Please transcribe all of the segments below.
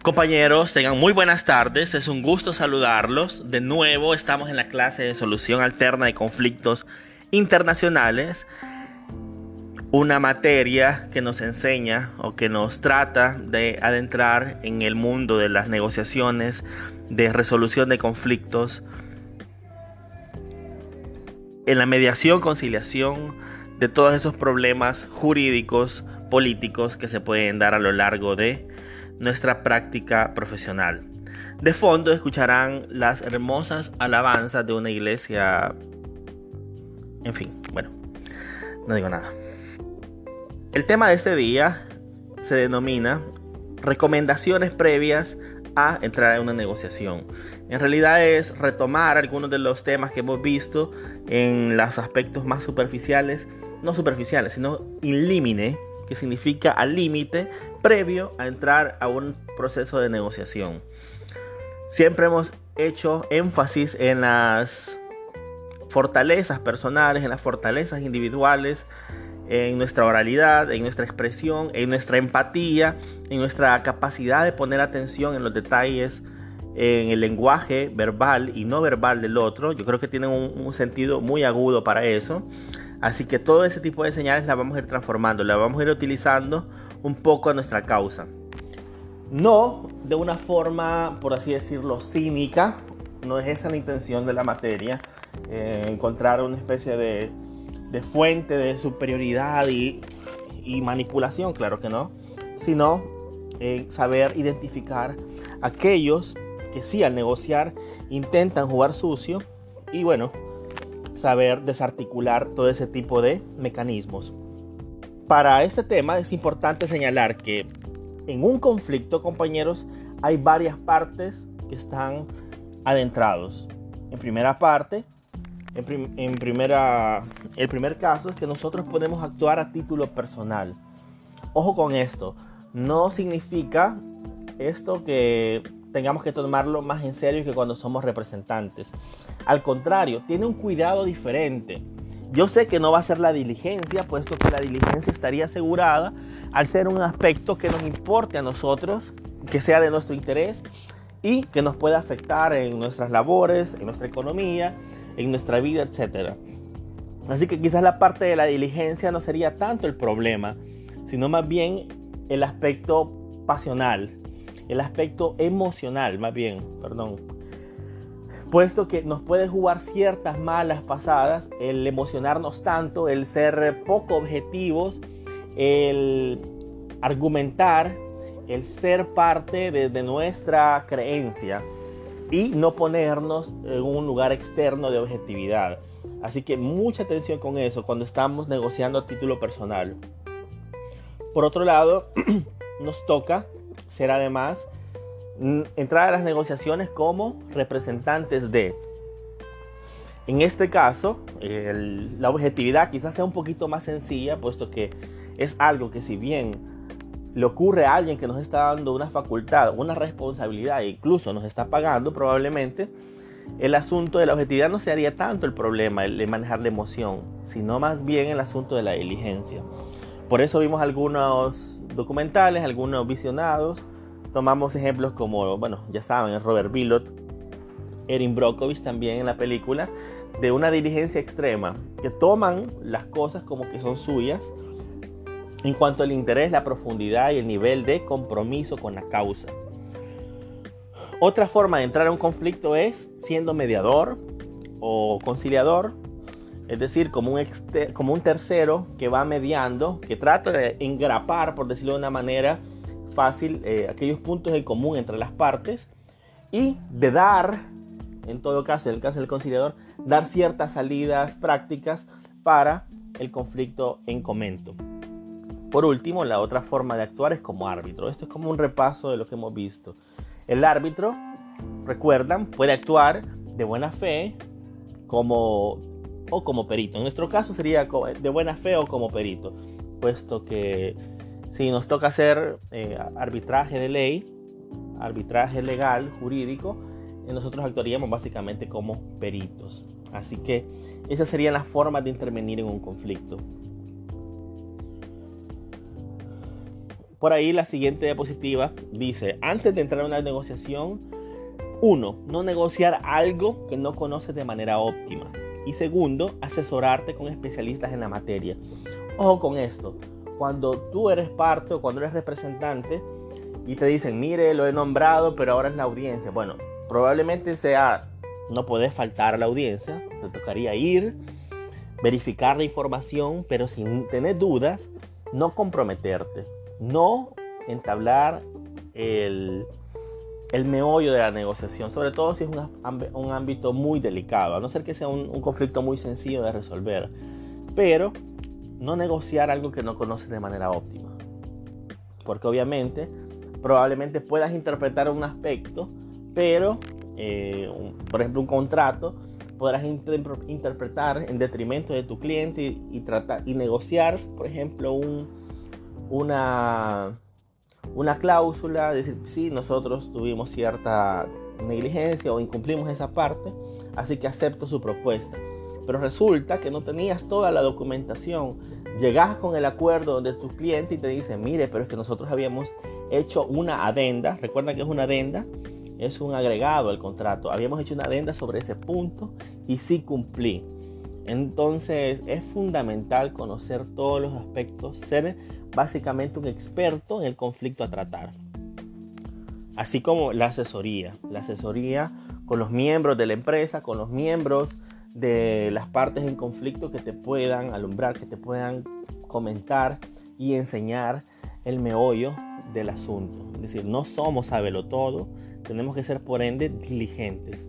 Compañeros, tengan muy buenas tardes, es un gusto saludarlos. De nuevo estamos en la clase de solución alterna de conflictos internacionales, una materia que nos enseña o que nos trata de adentrar en el mundo de las negociaciones, de resolución de conflictos, en la mediación, conciliación de todos esos problemas jurídicos, políticos que se pueden dar a lo largo de nuestra práctica profesional. De fondo escucharán las hermosas alabanzas de una iglesia. En fin, bueno, no digo nada. El tema de este día se denomina recomendaciones previas a entrar en una negociación. En realidad es retomar algunos de los temas que hemos visto en los aspectos más superficiales, no superficiales, sino in limine, que significa al límite, previo a entrar a un proceso de negociación. Siempre hemos hecho énfasis en las fortalezas personales, en las fortalezas individuales, en nuestra oralidad, en nuestra expresión, en nuestra empatía, en nuestra capacidad de poner atención en los detalles, en el lenguaje verbal y no verbal del otro. Yo creo que tienen un sentido muy agudo para eso. Así que todo ese tipo de señales las vamos a ir transformando, las vamos a ir utilizando un poco a nuestra causa. No de una forma, por así decirlo, cínica. No es esa la intención de la materia. Encontrar una especie de fuente de superioridad y manipulación, claro que no. Sino saber identificar aquellos que sí al negociar intentan jugar sucio y bueno, saber desarticular todo ese tipo de mecanismos. Para este tema es importante señalar que en un conflicto, compañeros, hay varias partes que están adentrados. En primera parte, el primer caso es que nosotros podemos actuar a título personal. Ojo con esto, no significa esto que tengamos que tomarlo más en serio que cuando somos representantes. Al contrario, tiene un cuidado diferente. Yo sé que no va a ser la diligencia, puesto que la diligencia estaría asegurada al ser un aspecto que nos importe a nosotros, que sea de nuestro interés y que nos pueda afectar en nuestras labores, en nuestra economía, en nuestra vida, etc. Así que quizás la parte de la diligencia no sería tanto el problema, sino más bien el aspecto pasional, el aspecto emocional, puesto que nos puede jugar ciertas malas pasadas el emocionarnos tanto, el ser poco objetivos, el argumentar, el ser parte de nuestra creencia y no ponernos en un lugar externo de objetividad. Así que mucha atención con eso cuando estamos negociando a título personal. Por otro lado, nos toca ser además entrar a las negociaciones como representantes de. En este caso, la objetividad quizás sea un poquito más sencilla, puesto que es algo que si bien le ocurre a alguien que nos está dando una facultad, una responsabilidad e incluso nos está pagando probablemente, el asunto de la objetividad no sería tanto el problema, el de manejar la emoción, sino más bien el asunto de la diligencia. Por eso vimos algunos documentales, algunos visionados. Tomamos ejemplos como, ya saben, Robert Bilott, Erin Brockovich también en la película, de una diligencia extrema, que toman las cosas como que son suyas en cuanto al interés, la profundidad y el nivel de compromiso con la causa. Otra forma de entrar a un conflicto es siendo mediador o conciliador, es decir, como un tercero que va mediando, que trata de engrapar, por decirlo de una manera fácil, aquellos puntos en común entre las partes y de dar, en todo caso, en el caso del conciliador, dar ciertas salidas prácticas para el conflicto en comento. Por último, la otra forma de actuar es como árbitro. Esto es como un repaso de lo que hemos visto. El árbitro, recuerdan, puede actuar de buena fe o como perito. En nuestro caso sería de buena fe o como perito, puesto que si nos toca hacer arbitraje de ley, arbitraje legal, jurídico, nosotros actuaríamos básicamente como peritos. Así que esas serían las formas de intervenir en un conflicto. por ahí la siguiente diapositiva dice, antes de entrar a una negociación, 1. No negociar algo que no conoces de manera óptima. Y segundo, asesorarte con especialistas en la materia. Ojo con esto, cuando tú eres parte o cuando eres representante y te dicen, mire, lo he nombrado, pero ahora es la audiencia. Bueno, probablemente no podés faltar a la audiencia, te tocaría ir, verificar la información, pero sin tener dudas, no comprometerte, no entablar el meollo de la negociación, sobre todo si es un ámbito muy delicado, a no ser que sea un conflicto muy sencillo de resolver, pero no negociar algo que no conoces de manera óptima, porque obviamente probablemente puedas interpretar un aspecto, pero por ejemplo un contrato podrás interpretar en detrimento de tu cliente y negociar, por ejemplo, una cláusula, decir, sí, nosotros tuvimos cierta negligencia o incumplimos esa parte, así que acepto su propuesta. Pero resulta que no tenías toda la documentación. Llegas con el acuerdo donde tu cliente y te dice, mire, pero es que nosotros habíamos hecho una adenda. Recuerda que es una adenda, es un agregado al contrato. Habíamos hecho una adenda sobre ese punto y sí cumplí. Entonces es fundamental conocer todos los aspectos, ser básicamente un experto en el conflicto a tratar. Así como la asesoría con los miembros de la empresa, con los miembros de las partes en conflicto que te puedan alumbrar, que te puedan comentar y enseñar el meollo del asunto. Es decir, no somos sabelotodo, tenemos que ser por ende diligentes.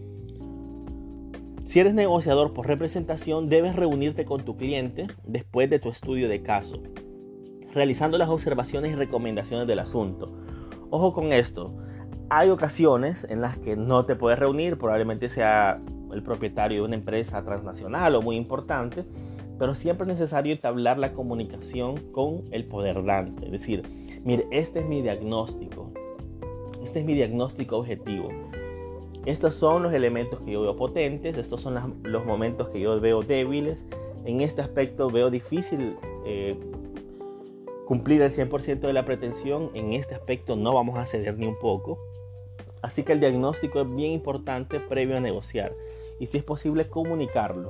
Si eres negociador por representación, debes reunirte con tu cliente después de tu estudio de caso, realizando las observaciones y recomendaciones del asunto. Ojo con esto, hay ocasiones en las que no te puedes reunir, probablemente sea el propietario de una empresa transnacional o muy importante, pero siempre es necesario entablar la comunicación con el poder dante. Es decir, mire, este es mi diagnóstico objetivo. Estos son los elementos que yo veo potentes, estos son los momentos que yo veo débiles. En este aspecto veo difícil cumplir el 100% de la pretensión. En este aspecto no vamos a ceder ni un poco. Así que el diagnóstico es bien importante previo a negociar. Y si es posible, comunicarlo.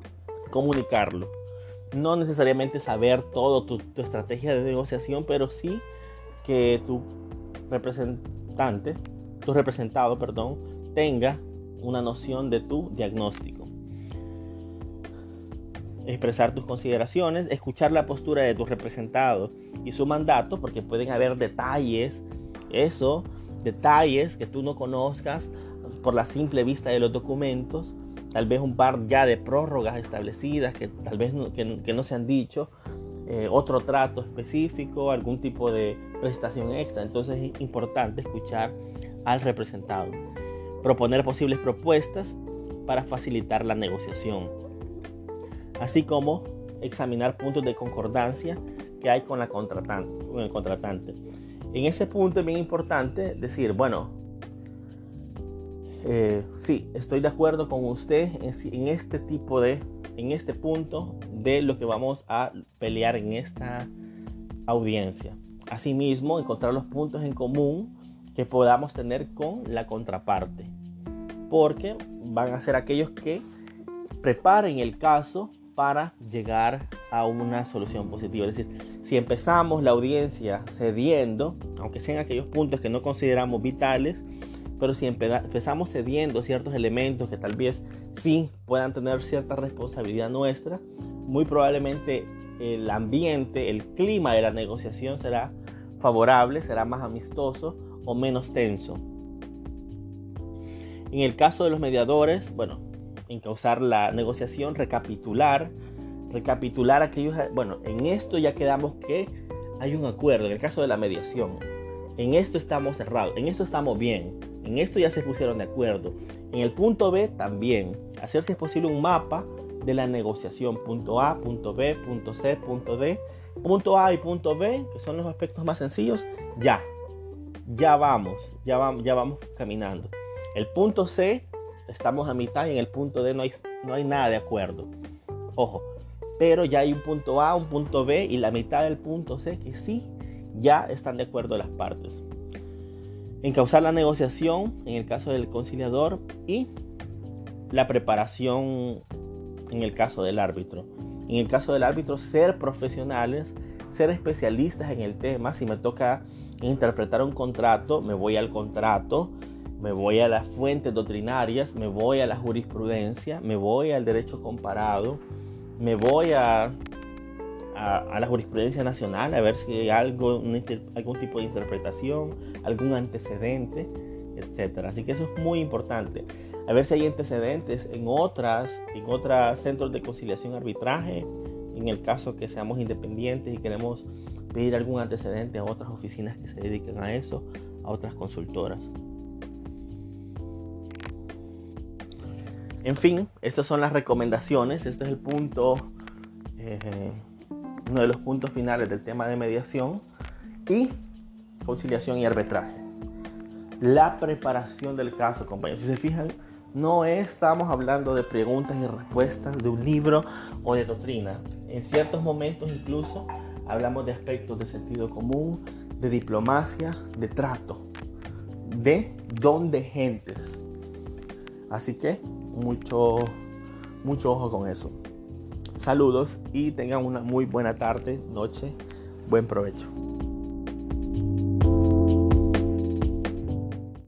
No necesariamente saber todo tu estrategia de negociación, pero sí que tu representado, tenga una noción de tu diagnóstico. Expresar tus consideraciones, escuchar la postura de tu representado y su mandato, porque pueden haber detalles que tú no conozcas por la simple vista de los documentos, tal vez un par ya de prórrogas establecidas que tal vez que no se han dicho, otro trato específico, algún tipo de prestación extra. Entonces es importante escuchar al representado, proponer posibles propuestas para facilitar la negociación, así como examinar puntos de concordancia que hay con el contratante. En ese punto es bien importante decir, bueno, sí, estoy de acuerdo con usted en este punto de lo que vamos a pelear en esta audiencia. Asimismo, encontrar los puntos en común que podamos tener con la contraparte, porque van a ser aquellos que preparen el caso para llegar a una solución positiva. Es decir, si empezamos la audiencia cediendo, aunque sean aquellos puntos que no consideramos vitales, pero si empezamos cediendo ciertos elementos que tal vez sí puedan tener cierta responsabilidad nuestra, muy probablemente el ambiente, el clima de la negociación será favorable, será más amistoso o menos tenso. En el caso de los mediadores, encauzar la negociación, recapitular aquellos, en esto ya quedamos que hay un acuerdo. En el caso de la mediación, en esto estamos cerrados, en esto estamos bien, en esto ya se pusieron de acuerdo. En el punto B también, hacer si es posible un mapa de la negociación, punto A, punto B, punto C, punto D, punto A y punto B, que son los aspectos más sencillos, ya vamos caminando. El punto C, estamos a mitad, y en el punto D no hay nada de acuerdo. Ojo, pero ya hay un punto A, un punto B y la mitad del punto C que sí ya están de acuerdo las partes. Encauzar la negociación en el caso del conciliador y la preparación en el caso del árbitro. En el caso del árbitro, ser profesionales, ser especialistas en el tema. Si me toca interpretar un contrato, me voy al contrato, me voy a las fuentes doctrinarias, me voy a la jurisprudencia, me voy al derecho comparado, me voy a la jurisprudencia nacional a ver si hay algún tipo de interpretación, algún antecedente, etc. Así que eso es muy importante. A ver si hay antecedentes en otros centros de conciliación y arbitraje, en el caso que seamos independientes y queremos pedir algún antecedente a otras oficinas que se dediquen a eso, a otras consultoras. En fin, estas son las recomendaciones. Este es el punto, uno de los puntos finales del tema de mediación y conciliación y arbitraje. La preparación del caso, compañeros. Si se fijan, no estamos hablando de preguntas y respuestas de un libro o de doctrina. En ciertos momentos incluso hablamos de aspectos de sentido común, de diplomacia, de trato, de don de gentes. Así que mucho ojo con eso. Saludos y tengan una muy buena tarde, noche, buen provecho.